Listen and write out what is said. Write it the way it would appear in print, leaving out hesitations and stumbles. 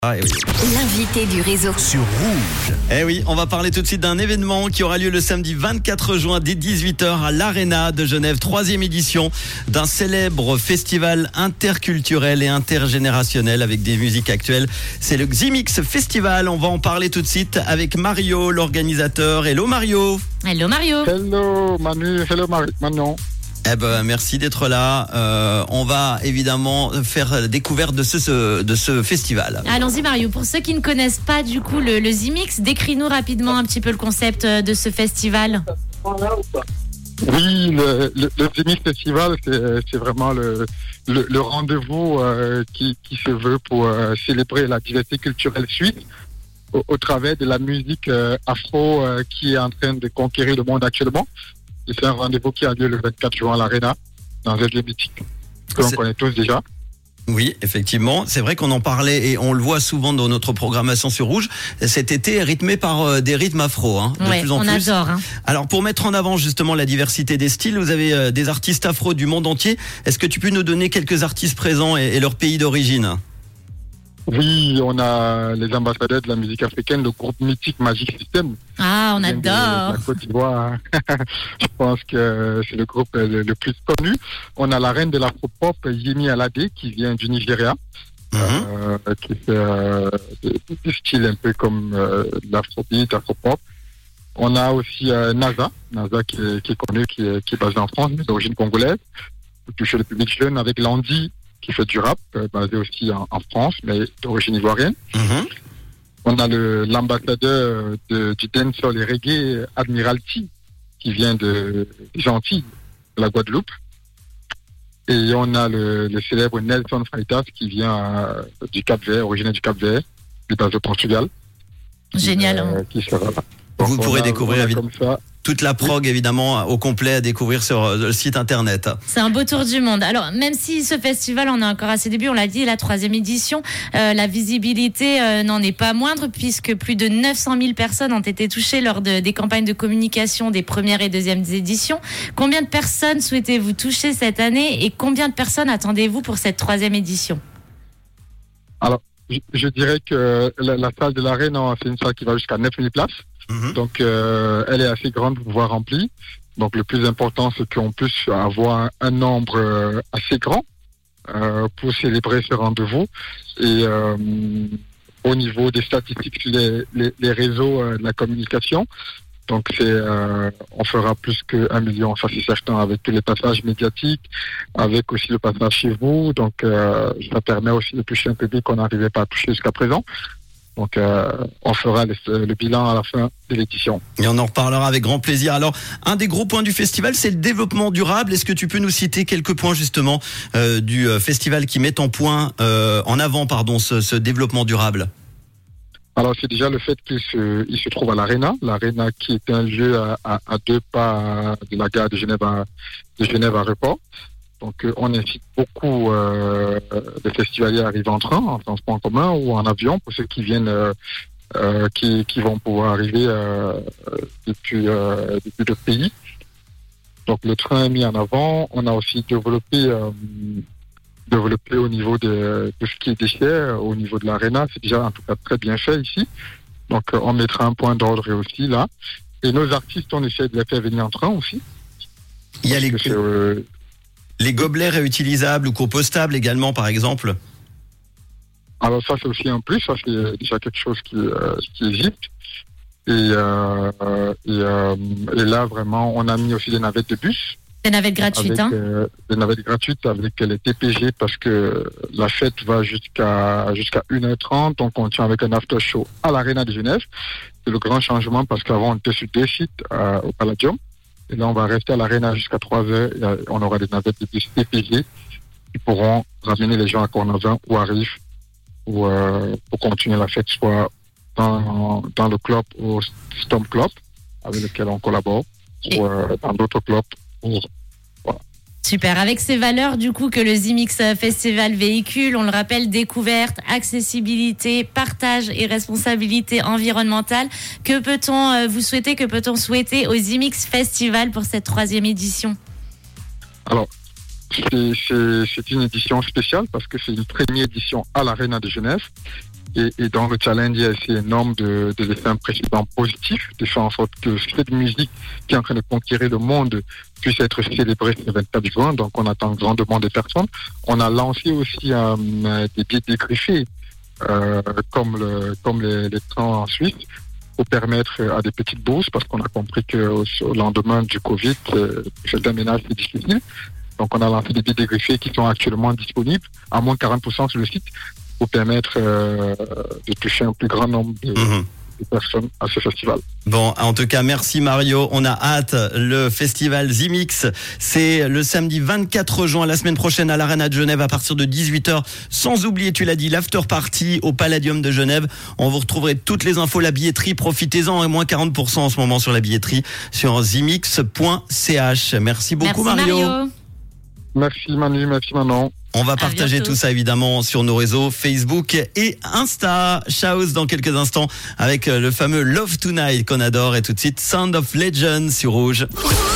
Ah, eh oui. L'invité du réseau. Sur Rouge. Eh oui, on va parler tout de suite d'un événement qui aura lieu le samedi 24 juin dès 18h à l'Arena de Genève. 3e édition d'un célèbre festival interculturel et intergénérationnel avec des musiques actuelles. C'est le Ximix Festival. On va en parler tout de suite avec Mario, l'organisateur. Hello Mario. Hello Mario. Hello Manu, hello Manon. Eh ben, merci d'être là. On va évidemment faire la découverte de ce festival. Allons-y Mario, pour ceux qui ne connaissent pas du coup le Ximix, décris-nous rapidement un petit peu le concept de ce festival. Oui, le Ximix Festival, c'est vraiment le rendez-vous qui se veut pour célébrer la diversité culturelle suisse au travers de la musique afro qui est en train de conquérir le monde actuellement. Et c'est un rendez-vous qui a lieu le 24 juin à l'Arena, dans un lieu mythique que l'on connaît tous déjà. Oui, effectivement. C'est vrai qu'on en parlait et on le voit souvent dans notre programmation sur Rouge. Cet été est rythmé par des rythmes afro, de plus en plus. On adore. Alors, pour mettre en avant justement la diversité des styles, vous avez des artistes afro du monde entier. Est-ce que tu peux nous donner quelques artistes présents et leur pays d'origine ? Oui, on a les ambassadeurs de la musique africaine, le groupe mythique Magic System. Ah, on adore. De la Côte d'Ivoire. Je pense que c'est le groupe le plus connu. On a la reine de l'afropop, Yemi Alade, qui vient du Nigeria, qui fait des styles un peu comme l'afrobeat, l'afropop. On a aussi NASA qui est connu, qui est basé en France, mais d'origine congolaise, pour toucher le public jeune, avec Landy, qui fait du rap, basé aussi en France, mais d'origine ivoirienne. On a l'ambassadeur du dancehall et reggae, Admiralty, qui vient des Antilles, de la Guadeloupe. Et on a le célèbre Nelson Freitas, qui vient du Cap-Vert, originaire du Cap-Vert, qui est basé au Portugal. Génial. Qui sera là. Vous pourrez découvrir comme ça toute la prog, évidemment, au complet à découvrir sur le site internet. C'est un beau tour du monde. Alors, même si ce festival en est encore à ses débuts, on l'a dit, la 3e édition, la visibilité n'en est pas moindre puisque plus de 900 000 personnes ont été touchées lors des campagnes de communication des premières et deuxièmes éditions. Combien de personnes souhaitez-vous toucher cette année et combien de personnes attendez-vous pour cette 3e édition ? Alors, je dirais que la salle de l'Arena, c'est une salle qui va jusqu'à 9 000 places. Donc, elle est assez grande pour pouvoir remplir. Donc, le plus important, c'est qu'on puisse avoir un nombre assez grand pour célébrer ce rendez-vous. Et au niveau des statistiques sur les réseaux de la communication, donc on fera plus que 1 million, ça c'est certain, avec tous les passages médiatiques, avec aussi le passage chez vous. Donc, ça permet aussi de toucher un public qu'on n'arrivait pas à toucher jusqu'à présent. Donc, on fera le bilan à la fin de l'édition. Et on en reparlera avec grand plaisir. Alors, un des gros points du festival, c'est le développement durable. Est-ce que tu peux nous citer quelques points justement du festival qui met en avant ce développement durable ? Alors, c'est déjà le fait qu'il se trouve à l'Arena. L'Arena qui est un lieu à 2 pas de la gare de Genève Aéroport. Donc, on incite beaucoup de festivaliers à arriver en train, en transport en commun ou en avion pour ceux qui viennent, qui vont pouvoir arriver depuis d'autres pays. Donc, le train est mis en avant. On a aussi développé au niveau de ce qui est déchets, au niveau de l'Arena. C'est déjà en tout cas très bien fait ici. Donc, on mettra un point d'ordre aussi là. Et nos artistes, on essaie de les faire venir en train aussi. Il y a les gobelets réutilisables ou compostables également, par exemple. Alors ça, c'est aussi un plus. Ça, c'est déjà quelque chose qui existe. Et là, vraiment, on a mis aussi des navettes de bus. Des navettes gratuites, des navettes gratuites avec les TPG parce que la fête va jusqu'à 1h30. Donc, on tient avec un after show à l'Arena de Genève. C'est le grand changement parce qu'avant, on était sur 2 sites au Palladium. Et là, on va rester à l'Arena jusqu'à 3h. On aura des navettes de bus TPG qui pourront ramener les gens à Cornavin ou à Rive pour continuer la fête, soit dans le club ou Storm Club, avec lequel on collabore, ou dans d'autres clubs. Voilà. Super. Avec ces valeurs du coup que le Ximix Festival véhicule, on le rappelle, découverte, accessibilité, partage et responsabilité environnementale. Que peut-on souhaiter au Ximix Festival pour cette 3e édition ? Alors, c'est une édition spéciale parce que c'est une première édition à l'Arena de Genève. Et dans le challenge, il y a essayé énorme de laisser un précédent positif, de faire en sorte que cette musique qui est en train de conquérir le monde puisse être célébrée ce 24 juin. Donc, on attend grandement des personnes. On a lancé aussi des billets dégriffés, comme les trains en Suisse, pour permettre à des petites bourses, parce qu'on a compris qu'au lendemain du Covid, certains ménages, c'est difficile. Donc, on a lancé des billets dégriffés qui sont actuellement disponibles à moins de 40% sur le site, pour permettre de toucher un plus grand nombre de personnes à ce festival. Bon, en tout cas, merci Mario. On a hâte. Le festival Zimix, c'est le samedi 24 juin, la semaine prochaine à l'Arena de Genève à partir de 18h. Sans oublier, tu l'as dit, l'after party au Palladium de Genève. On vous retrouverez toutes les infos, la billetterie. Profitez-en, et moins 40% en ce moment sur la billetterie sur zimix.ch. Merci beaucoup Mario. Merci Manu, merci Manon. On va partager tout ça évidemment sur nos réseaux Facebook et Insta. Chaos dans quelques instants avec le fameux Love Tonight qu'on adore, et tout de suite Sound of Legend sur Rouge.